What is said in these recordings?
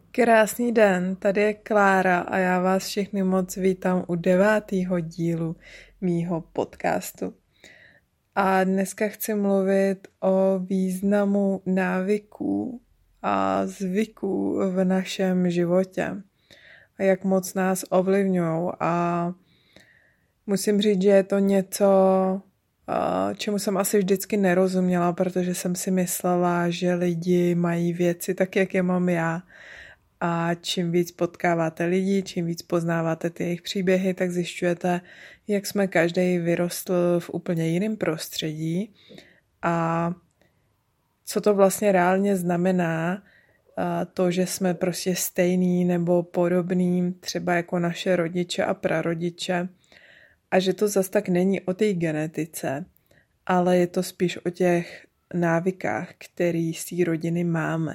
Krásný den, tady je Klára a já vás všechny moc vítám u 9. dílu mýho podcastu. A dneska chci mluvit o významu návyků a zvyků v našem životě a jak moc nás ovlivňují. A musím říct, že je to něco, čemu jsem asi vždycky nerozuměla, protože jsem si myslela, že lidi mají věci tak, jak je mám já. A čím víc potkáváte lidi, čím víc poznáváte ty jejich příběhy, tak zjišťujete, jak jsme každý vyrostl v úplně jiném prostředí a co to vlastně reálně znamená, to, že jsme prostě stejný nebo podobný, třeba jako naše rodiče a prarodiče, a že to zas tak není o té genetice, ale je to spíš o těch návykách, který z té rodiny máme.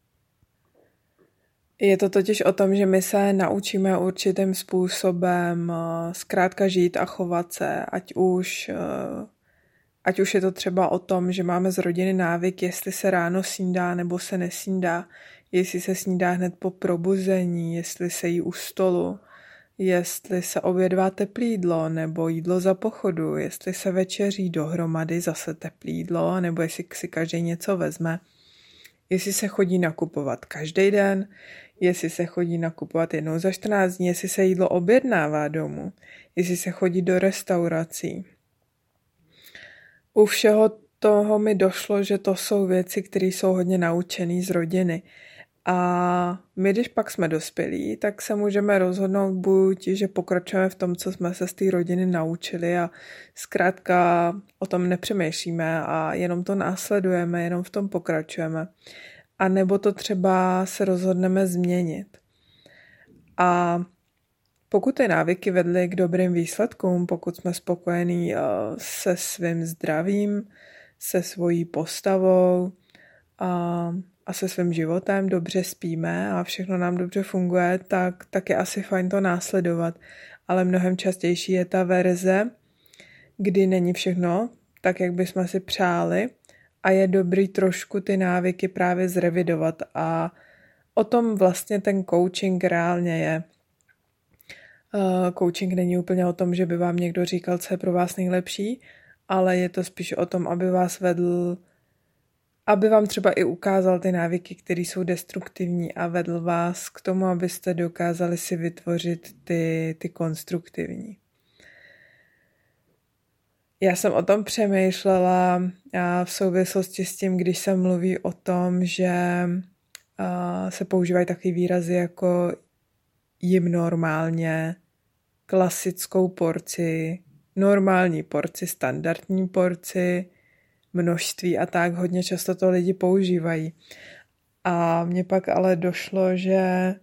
Je to totiž o tom, že my se naučíme určitým způsobem zkrátka žít a chovat se, ať už je to třeba o tom, že máme z rodiny návyk, jestli se ráno snídá nebo se nesnídá, jestli se snídá hned po probuzení, jestli se jí u stolu, jestli se obědvá teplé jídlo nebo jídlo za pochodu, jestli se večeří dohromady zase teplé jídlo nebo jestli si každý něco vezme, jestli se chodí nakupovat každý den, jestli se chodí nakupovat jednou za 14 dní, jestli se jídlo objednává domů, jestli se chodí do restaurací. U všeho toho mi došlo, že to jsou věci, které jsou hodně naučené z rodiny. A my, když pak jsme dospělí, tak se můžeme rozhodnout buď, že pokračujeme v tom, co jsme se z té rodiny naučili a zkrátka o tom nepřemýšlíme a jenom to následujeme, jenom v tom pokračujeme. A nebo to třeba se rozhodneme změnit. A pokud ty návyky vedly k dobrým výsledkům, pokud jsme spokojení se svým zdravím, se svojí postavou a se svým životem, dobře spíme a všechno nám dobře funguje, tak je asi fajn to následovat. Ale mnohem častější je ta verze, kdy není všechno tak, jak bychom si přáli a je dobrý trošku ty návyky právě zrevidovat. A o tom vlastně ten coaching reálně je. Coaching není úplně o tom, že by vám někdo říkal, co je pro vás nejlepší, ale je to spíš o tom, aby vás vedl, aby vám třeba i ukázal ty návyky, které jsou destruktivní a vedl vás k tomu, abyste dokázali si vytvořit ty konstruktivní. Já jsem o tom přemýšlela v souvislosti s tím, když se mluví o tom, že se používají takové výrazy jako jim normálně, klasickou porci, normální porci, standardní porci, množství a tak. Hodně často to lidi používají. A mně pak ale došlo, že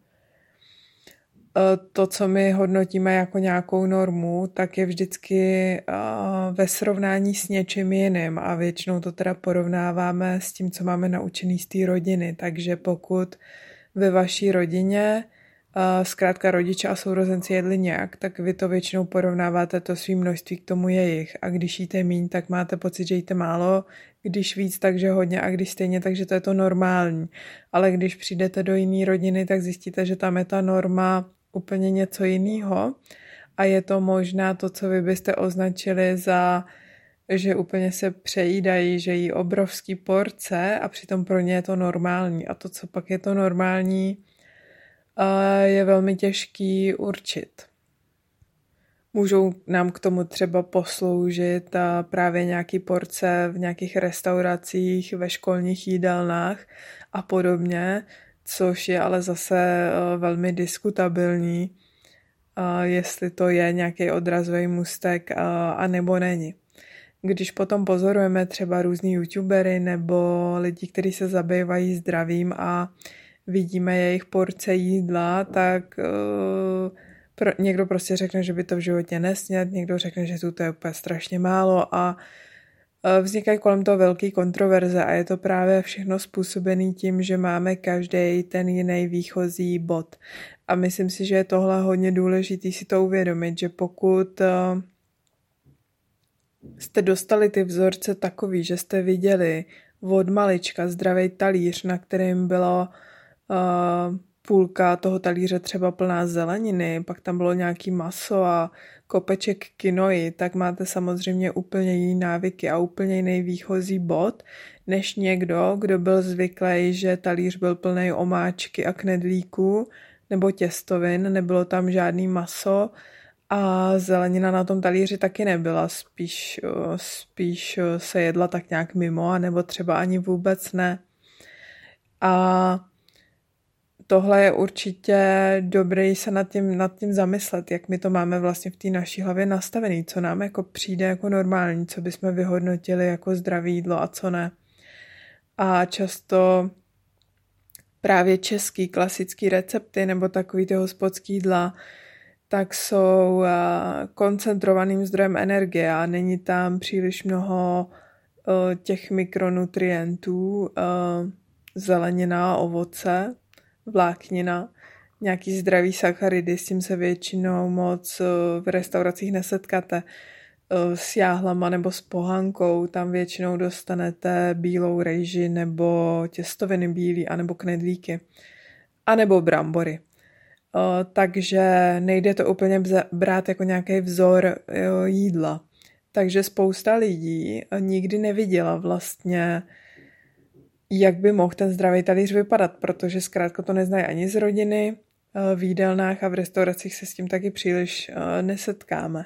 to, co my hodnotíme jako nějakou normu, tak je vždycky ve srovnání s něčím jiným a většinou to teda porovnáváme s tím, co máme naučený z té rodiny. Takže pokud ve vaší rodině zkrátka rodiče a sourozenci jedli nějak, tak vy to většinou porovnáváte to svým množství k tomu jejich. A když jíte míň, tak máte pocit, že jíte málo, když víc, takže hodně a když stejně, takže to je to normální. Ale když přijdete do jiné rodiny, tak zjistíte, že tam je ta norma úplně něco jiného a je to možná to, co vy byste označili za, že úplně se přejídají, že jí obrovský porce a přitom pro ně je to normální. A to, co pak je to normální, je velmi těžký určit. Můžou nám k tomu třeba posloužit právě nějaký porce v nějakých restauracích, ve školních jídelnách a podobně, což je ale zase velmi diskutabilní, jestli to je nějaký odrazový můstek a nebo není. Když potom pozorujeme třeba různý youtubery nebo lidi, kteří se zabývají zdravím a vidíme jejich porce jídla, tak někdo prostě řekne, že by to v životě nesměl, někdo řekne, že to je úplně strašně málo a vznikají kolem toho velké kontroverze a je to právě všechno způsobené tím, že máme každý ten jiný výchozí bod. A myslím si, že je tohle hodně důležité si to uvědomit, že pokud jste dostali ty vzorce takový, že jste viděli od malička zdravý talíř, na kterém bylo půlka toho talíře třeba plná zeleniny, pak tam bylo nějaký maso a kopeček quinoy, tak máte samozřejmě úplně jiný návyky a úplně jiný výchozí bod, než někdo, kdo byl zvyklý, že talíř byl plný omáčky a knedlíků nebo těstovin, nebylo tam žádný maso a zelenina na tom talíři taky nebyla, spíš se jedla tak nějak mimo, nebo třeba ani vůbec ne. A tohle je určitě dobré se nad tím zamyslet, jak my to máme vlastně v té naší hlavě nastavený, co nám jako přijde jako normální, co bychom vyhodnotili jako zdravé jídlo a co ne. A často právě český klasický recepty nebo takový ty hospodský jídla tak jsou koncentrovaným zdrojem energie a není tam příliš mnoho těch mikronutrientů, zelenina, ovoce, vláknina, nějaký zdravý sacharidy, s tím se většinou moc v restauracích nesetkáte. S jáhlama nebo s pohankou, tam většinou dostanete bílou rejži nebo těstoviny bílý, anebo knedlíky, anebo brambory. Takže nejde to úplně brát jako nějaký vzor jídla. Takže spousta lidí nikdy neviděla vlastně, jak by mohl ten zdravý talíř vypadat, protože zkrátka to neznají ani z rodiny, v jídelnách a v restauracích se s tím taky příliš nesetkáme.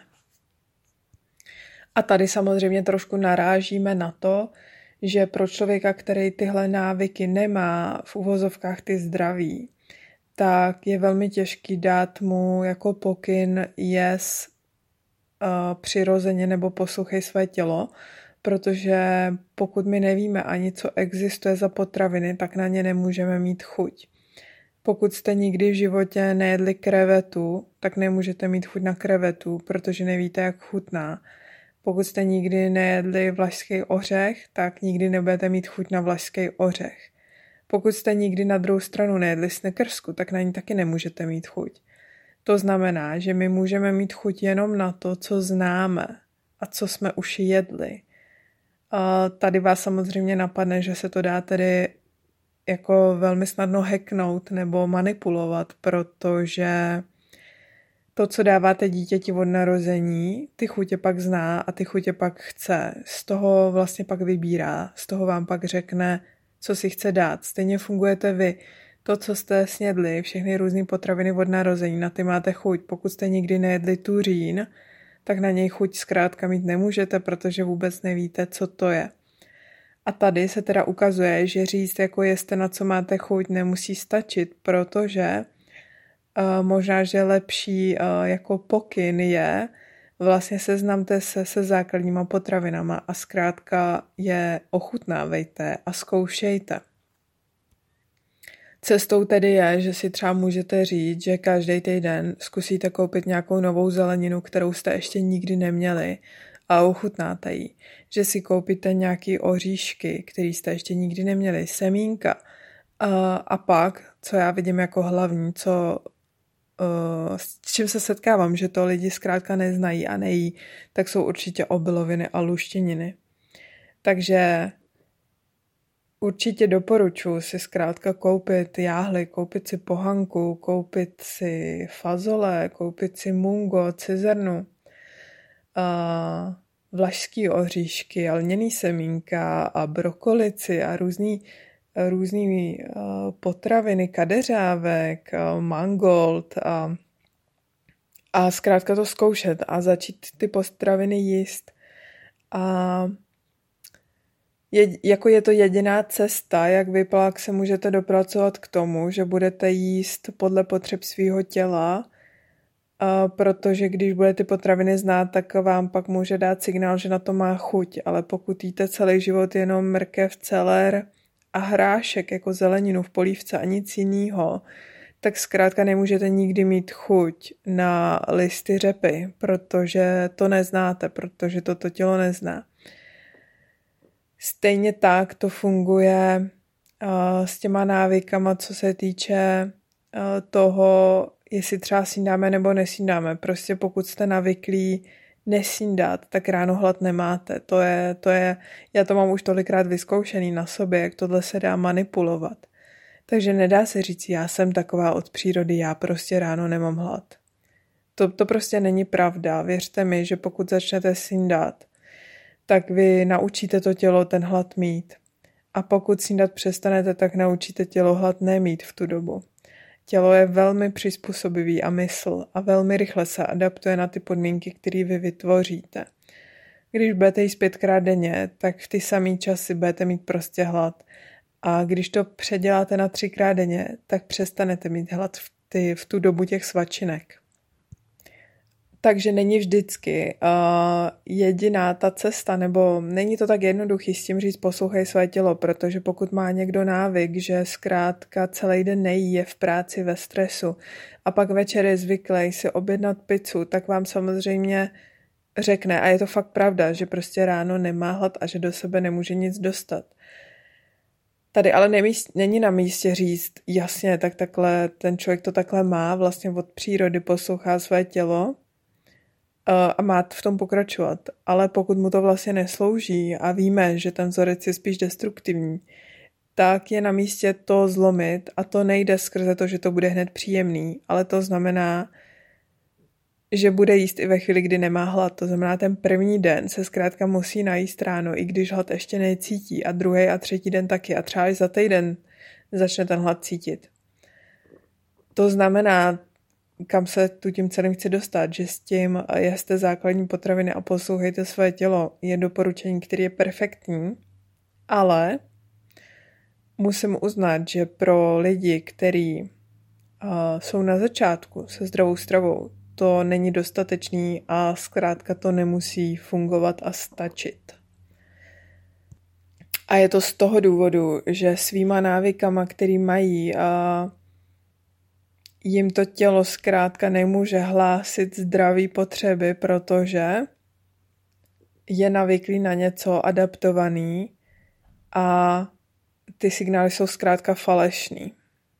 A tady samozřejmě trošku narážíme na to, že pro člověka, který tyhle návyky nemá v uvozovkách ty zdraví, tak je velmi těžký dát mu jako pokyn přirozeně nebo poslouchej své tělo, protože pokud my nevíme ani, co existuje za potraviny, tak na ně nemůžeme mít chuť. Pokud jste nikdy v životě nejedli krevetu, tak nemůžete mít chuť na krevetu, protože nevíte, jak chutná. Pokud jste nikdy nejedli vlašský ořech, tak nikdy nebudete mít chuť na vlašský ořech. Pokud jste nikdy na druhou stranu nejedli snickersku, tak na ní taky nemůžete mít chuť. To znamená, že my můžeme mít chuť jenom na to, co známe a co jsme už jedli. A tady vás samozřejmě napadne, že se to dá tedy jako velmi snadno hacknout nebo manipulovat, protože to, co dáváte dítěti od narození, ty chutě pak zná a ty chutě pak chce. Z toho vlastně pak vybírá, z toho vám pak řekne, co si chce dát. Stejně fungujete vy. To, co jste snědli, všechny různé potraviny od narození, na ty máte chuť. Pokud jste nikdy nejedli tuřín, tak na něj chuť zkrátka mít nemůžete, protože vůbec nevíte, co to je. A tady se teda ukazuje, že říct, jako jeste na co máte chuť, nemusí stačit, protože možná, že lepší jako pokyn je vlastně seznamte se základníma potravinama a zkrátka je ochutnávejte a zkoušejte. Cestou tedy je, že si třeba můžete říct, že každý týden zkusíte koupit nějakou novou zeleninu, kterou jste ještě nikdy neměli a ochutnáte ji. Že si koupíte nějaký oříšky, který jste ještě nikdy neměli, semínka. A pak, co já vidím jako hlavní, s čím se setkávám, že to lidi zkrátka neznají a nejí, tak jsou určitě obiloviny a luštěniny. Takže určitě doporučuji si zkrátka koupit jáhly, koupit si pohanku, koupit si fazole, koupit si mungo, cizrnu, vlašský oříšky, lněný semínka a brokolici a různý potraviny, kadeřávek, mangold a zkrátka to zkoušet a začít ty potraviny jíst. A je to jediná cesta, jak vy pak se můžete dopracovat k tomu, že budete jíst podle potřeb svého těla, protože když budete ty potraviny znát, tak vám pak může dát signál, že na to má chuť, ale pokud jíte celý život jenom mrkev, celer a hrášek jako zeleninu v polívce a nic jinýho, tak zkrátka nemůžete nikdy mít chuť na listy řepy, protože to neznáte, protože toto tělo nezná. Stejně tak to funguje s těma návykama, co se týče toho, jestli třeba snídáme nebo nesnídáme. Prostě pokud jste navyklí nesnídat, tak ráno hlad nemáte. To je, já to mám už tolikrát vyzkoušený na sobě, jak tohle se dá manipulovat. Takže nedá se říct, já jsem taková od přírody, já prostě ráno nemám hlad. To prostě není pravda. Věřte mi, že pokud začnete snídat, tak vy naučíte to tělo ten hlad mít. A pokud snídat přestanete, tak naučíte tělo hlad nemít v tu dobu. Tělo je velmi přizpůsobivý a mysl a velmi rychle se adaptuje na ty podmínky, které vy vytvoříte. Když budete jíst 5krát denně, tak v ty samý časy budete mít prostě hlad. A když to předěláte na 3krát denně, tak přestanete mít hlad v tu dobu těch svačinek. Takže není vždycky jediná ta cesta, nebo není to tak jednoduchý s tím říct poslouchej své tělo, protože pokud má někdo návyk, že zkrátka celý den nejí, je v práci, ve stresu a pak večer je zvyklý si objednat pizzu, tak vám samozřejmě řekne, a je to fakt pravda, že prostě ráno nemá hlad a že do sebe nemůže nic dostat. Tady ale není na místě říct, jasně, tak takhle ten člověk to takhle má, vlastně od přírody poslouchá své tělo a má v tom pokračovat. Ale pokud mu to vlastně neslouží a víme, že ten vzorec je spíš destruktivní, tak je na místě to zlomit a to nejde skrze to, že to bude hned příjemný, ale to znamená, že bude jíst i ve chvíli, kdy nemá hlad. To znamená, ten první den se zkrátka musí najíst ráno, i když hlad ještě necítí a druhý a třetí den taky a třeba i za týden začne ten hlad cítit. To znamená, kam se tu tím celým chci dostat, že s tím jeste základní potraviny a poslouchejte své tělo je doporučení, které je perfektní, ale musím uznat, že pro lidi, kteří jsou na začátku se zdravou stravou, to není dostatečný a zkrátka to nemusí fungovat a stačit. A je to z toho důvodu, že svýma návykama, který mají, jim to tělo zkrátka nemůže hlásit zdraví potřeby, protože je navyklý na něco adaptovaný a ty signály jsou zkrátka falešný.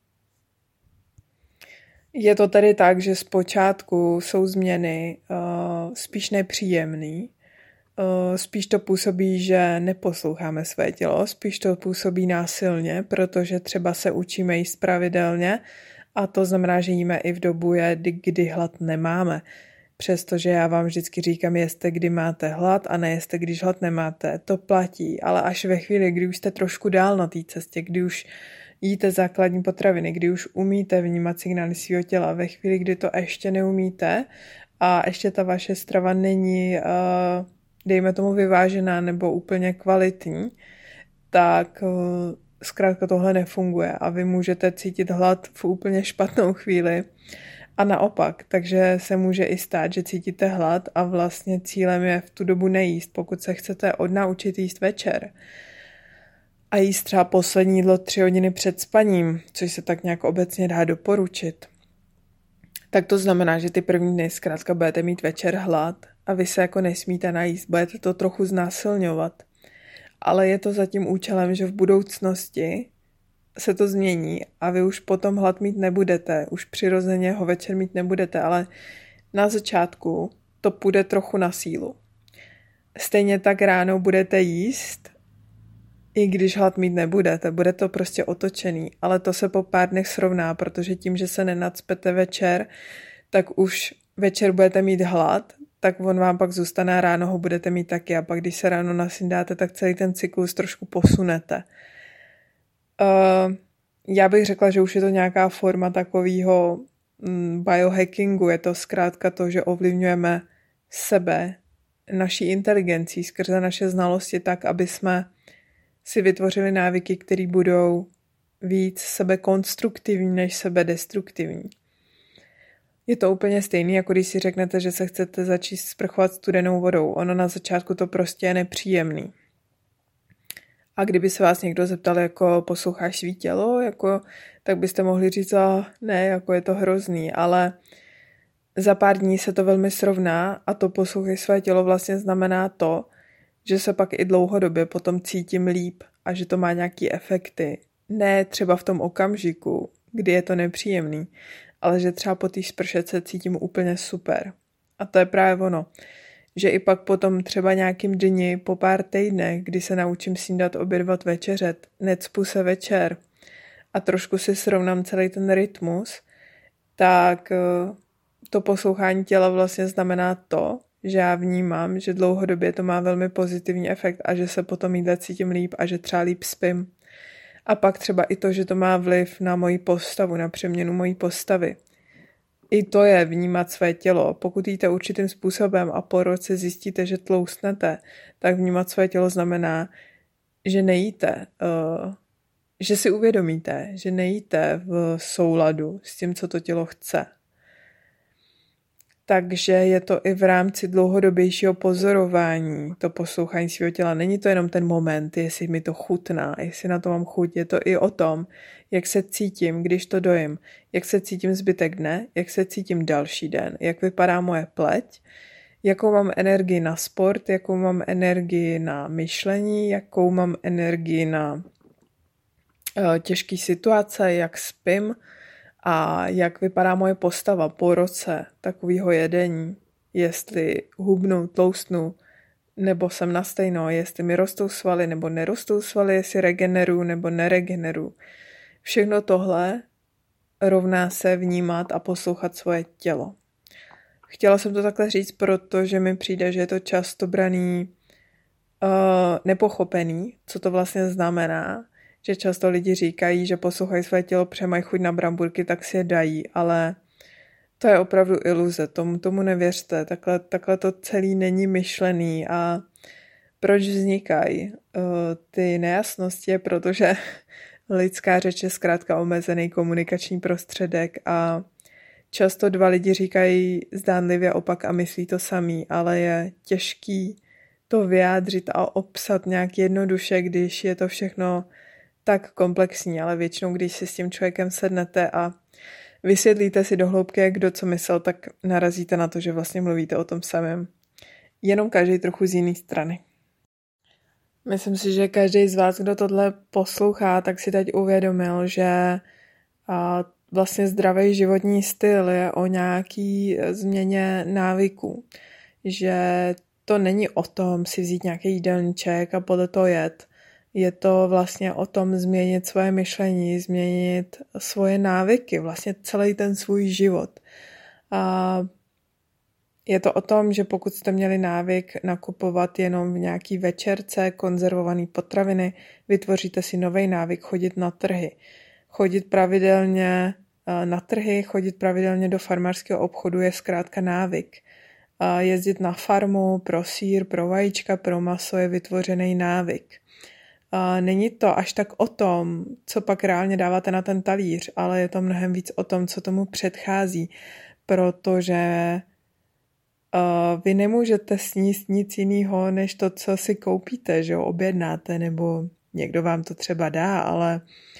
Je to tedy tak, že zpočátku jsou změny spíš nepříjemný, spíš to působí, že neposloucháme své tělo, spíš to působí násilně, protože třeba se učíme jíst pravidelně a to znamená, že jíme i v dobu, kdy hlad nemáme. Přestože já vám vždycky říkám, jeste, kdy máte hlad a nejeste, když hlad nemáte. To platí, ale až ve chvíli, kdy už jste trošku dál na té cestě, kdy už jíte základní potraviny, kdy už umíte vnímat signály svého těla, ve chvíli, kdy to ještě neumíte a ještě ta vaše strava není, dejme tomu, vyvážená nebo úplně kvalitní, tak zkrátka tohle nefunguje a vy můžete cítit hlad v úplně špatnou chvíli a naopak, takže se může i stát, že cítíte hlad a vlastně cílem je v tu dobu nejíst, pokud se chcete odnaučit jíst večer a jíst třeba poslední jídlo 3 hodiny před spaním, což se tak nějak obecně dá doporučit, tak to znamená, že ty první dny zkrátka budete mít večer hlad a vy se jako nesmíte najíst, budete to trochu znásilňovat. Ale je to za tím účelem, že v budoucnosti se to změní a vy už potom hlad mít nebudete, už přirozeně ho večer mít nebudete, ale na začátku to půjde trochu na sílu. Stejně tak ráno budete jíst, i když hlad mít nebudete, bude to prostě otočený, ale to se po pár dnech srovná, protože tím, že se nenacpete večer, tak už večer budete mít hlad, tak on vám pak zůstane a ráno ho budete mít taky a pak když se ráno nasnídáte, tak celý ten cyklus trošku posunete. Já bych řekla, že už je to nějaká forma takového biohackingu, je to zkrátka to, že ovlivňujeme sebe, naší inteligencí skrze naše znalosti tak, aby jsme si vytvořili návyky, které budou víc sebekonstruktivní než sebedestruktivní. Je to úplně stejný, jako když si řeknete, že se chcete začít sprchovat studenou vodou. Ono na začátku to prostě je nepříjemný. A kdyby se vás někdo zeptal, jako posloucháš svý tělo, jako, tak byste mohli říct, ne, jako je to hrozný, ale za pár dní se to velmi srovná a to poslouchej své tělo vlastně znamená to, že se pak i dlouhodobě potom cítím líp a že to má nějaký efekty. Ne třeba v tom okamžiku, kdy je to nepříjemný, ale že třeba po té sprše se cítím úplně super. A to je právě ono, že i pak potom třeba nějakým dni, po pár týdnech, kdy se naučím snídat, obědvat, večeřet, necpu se večer a trošku si srovnám celý ten rytmus, tak to poslouchání těla vlastně znamená to, že já vnímám, že dlouhodobě to má velmi pozitivní efekt a že se potom jídle cítím líp a že třeba líp spím. A pak třeba i to, že to má vliv na moji postavu, na přeměnu mojí postavy. I to je vnímat své tělo. Pokud jíte určitým způsobem a po roce zjistíte, že tloustnete, tak vnímat své tělo znamená, že nejíte, že si uvědomíte, že nejíte v souladu s tím, co to tělo chce. Takže je to i v rámci dlouhodobějšího pozorování, to poslouchání svého těla. Není to jenom ten moment, jestli mi to chutná, jestli na to mám chuť. Je to i o tom, jak se cítím, když to dojím, jak se cítím zbytek dne, jak se cítím další den, jak vypadá moje pleť, jakou mám energii na sport, jakou mám energii na myšlení, jakou mám energii na těžké situace, jak spím, a jak vypadá moje postava po roce takového jedení, jestli hubnu, tloustnu, nebo jsem na stejno, jestli mi rostou svaly nebo nerostou svaly, jestli regeneruju nebo neregeneruju. Všechno tohle rovná se vnímat a poslouchat svoje tělo. Chtěla jsem to takhle říct, protože mi přijde, že je to často braný nepochopený, co to vlastně znamená, že často lidi říkají, že poslouchají své tělo, protože mají chuť na bramburky, tak si je dají, ale to je opravdu iluze, tomu nevěřte, takhle to celý není myšlený. A proč vznikají ty nejasnosti, protože lidská řeč je zkrátka omezený komunikační prostředek a často dva lidi říkají zdánlivě opak a myslí to samý, ale je těžký to vyjádřit a obsat nějak jednoduše, když je to všechno tak komplexní, ale většinou, když si s tím člověkem sednete a vysvětlíte si do hloubky, jak kdo co myslel, tak narazíte na to, že vlastně mluvíte o tom samém. Jenom každý trochu z jiné strany. Myslím si, že každý z vás, kdo tohle poslouchá, tak si teď uvědomil, že vlastně zdravý životní styl je o nějaký změně návyků. Že to není o tom si vzít nějaký jídelníček a podle toho jet. Je to vlastně o tom změnit svoje myšlení, změnit svoje návyky, vlastně celý ten svůj život. A je to o tom, že pokud jste měli návyk nakupovat jenom v nějaký večerce konzervované potraviny, vytvoříte si nový návyk chodit na trhy. Chodit pravidelně na trhy, chodit pravidelně do farmářského obchodu je zkrátka návyk. Jezdit na farmu pro sýr, pro vajíčka, pro maso je vytvořený návyk. Není to až tak o tom, co pak reálně dáváte na ten talíř, ale je to mnohem víc o tom, co tomu předchází, protože vy nemůžete sníst nic jiného, než to, co si koupíte, že jo, objednáte, nebo někdo vám to třeba dá, ale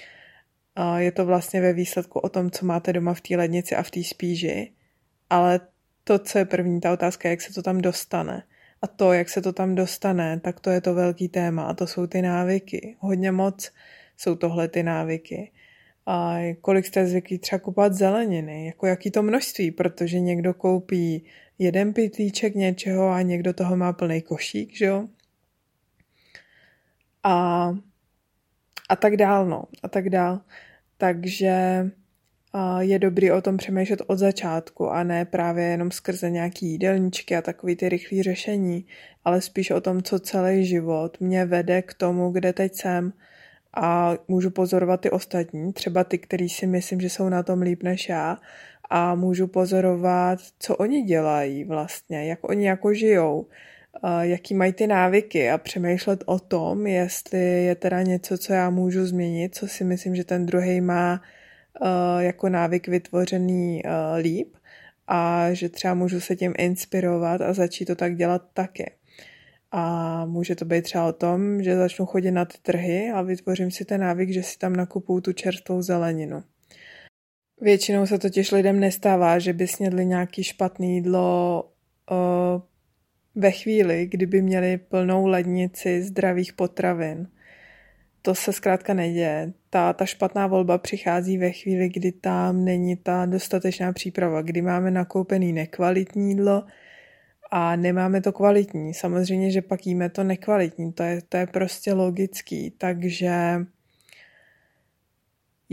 je to vlastně ve výsledku o tom, co máte doma v té lednici a v té spíži, ale to, co je první, ta otázka, jak se to tam dostane. A to, jak se to tam dostane, tak to je to velký téma a to jsou ty návyky. Hodně moc jsou tohle ty návyky. A kolik jste zvyklí třeba kupovat zeleniny, jako jaký to množství, protože někdo koupí jeden pytlíček něčeho a někdo toho má plný košík, že jo? A tak dál, no. A tak dál. Takže je dobrý o tom přemýšlet od začátku a ne právě jenom skrze nějaký jídelníčky a takový ty rychlý řešení, ale spíš o tom, co celý život mě vede k tomu, kde teď jsem a můžu pozorovat ty ostatní, třeba ty, který si myslím, že jsou na tom líp než já a můžu pozorovat, co oni dělají vlastně, jak oni jako žijou, jaký mají ty návyky a přemýšlet o tom, jestli je teda něco, co já můžu změnit, co si myslím, že ten druhej má jako návyk vytvořený líp a že třeba můžu se tím inspirovat a začít to tak dělat taky. A může to být třeba o tom, že začnu chodit na ty trhy a vytvořím si ten návyk, že si tam nakupuju tu čerstvou zeleninu. Většinou se totiž lidem nestává, že by snědli nějaký špatný jídlo ve chvíli, kdyby měli plnou lednici zdravých potravin. To se zkrátka neděje. Ta špatná volba přichází ve chvíli, kdy tam není ta dostatečná příprava, kdy máme nakoupený nekvalitní jídlo a nemáme to kvalitní. Samozřejmě, že pak jíme to nekvalitní, to je prostě logický, takže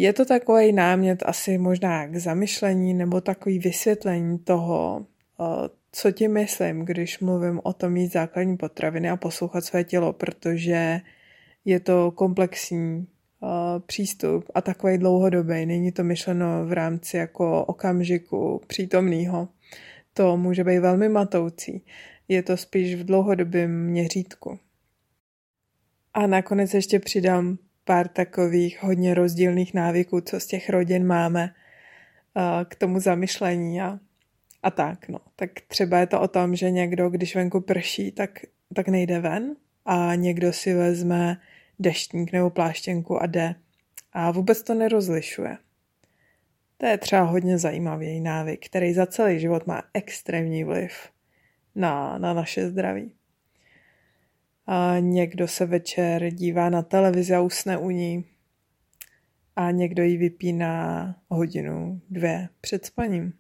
Je to takový námět asi možná k zamyšlení nebo takový vysvětlení toho, co ti myslím, když mluvím o tom mít základní potraviny a poslouchat své tělo, protože je to komplexní přístup a takový dlouhodobý. Není to myšleno v rámci jako okamžiku přítomného. To může být velmi matoucí. Je to spíš v dlouhodobém měřítku. A nakonec ještě přidám pár takových hodně rozdílných návyků, co z těch rodin máme k tomu zamyšlení a tak. No. Tak třeba je to o tom, že někdo, když venku prší, tak nejde ven a někdo si vezme deštník nebo pláštěnku a jde. A vůbec to nerozlišuje. To je třeba hodně zajímavý návyk, který za celý život má extrémní vliv na naše zdraví. A někdo se večer dívá na televizi a usne u ní. A někdo ji vypíná hodinu, 2 před spaním.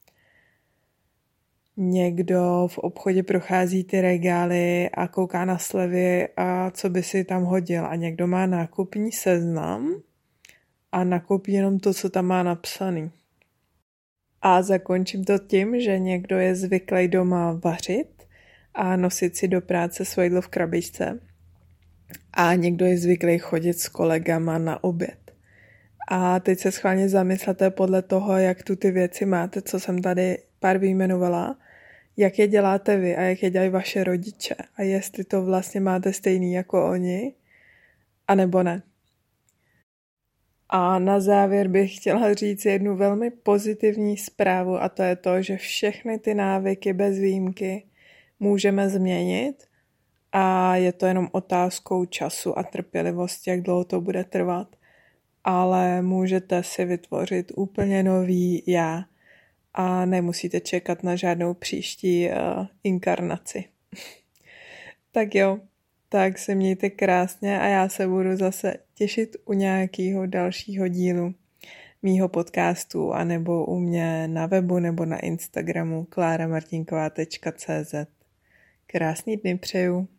Někdo v obchodě prochází ty regály a kouká na slevy a co by si tam hodil. A někdo má nákupní seznam a nakoupí jenom to, co tam má napsaný. A zakončím to tím, že někdo je zvyklý doma vařit a nosit si do práce svoje jídlo v krabičce. A někdo je zvyklý chodit s kolegama na oběd. A teď se schválně zamyslete podle toho, jak tu ty věci máte, co jsem tady pár vyjmenovala, jak je děláte vy a jak je dělají vaše rodiče a jestli to vlastně máte stejný jako oni, anebo ne. A na závěr bych chtěla říct jednu velmi pozitivní zprávu a to je to, že všechny ty návyky bez výjimky můžeme změnit a je to jenom otázkou času a trpělivosti, jak dlouho to bude trvat, ale můžete si vytvořit úplně nový já a nemusíte čekat na žádnou příští inkarnaci. Tak jo, tak se mějte krásně a já se budu zase těšit u nějakého dalšího dílu mýho podcastu anebo u mě na webu nebo na Instagramu klaramartinková.cz. Krásný dny přeju.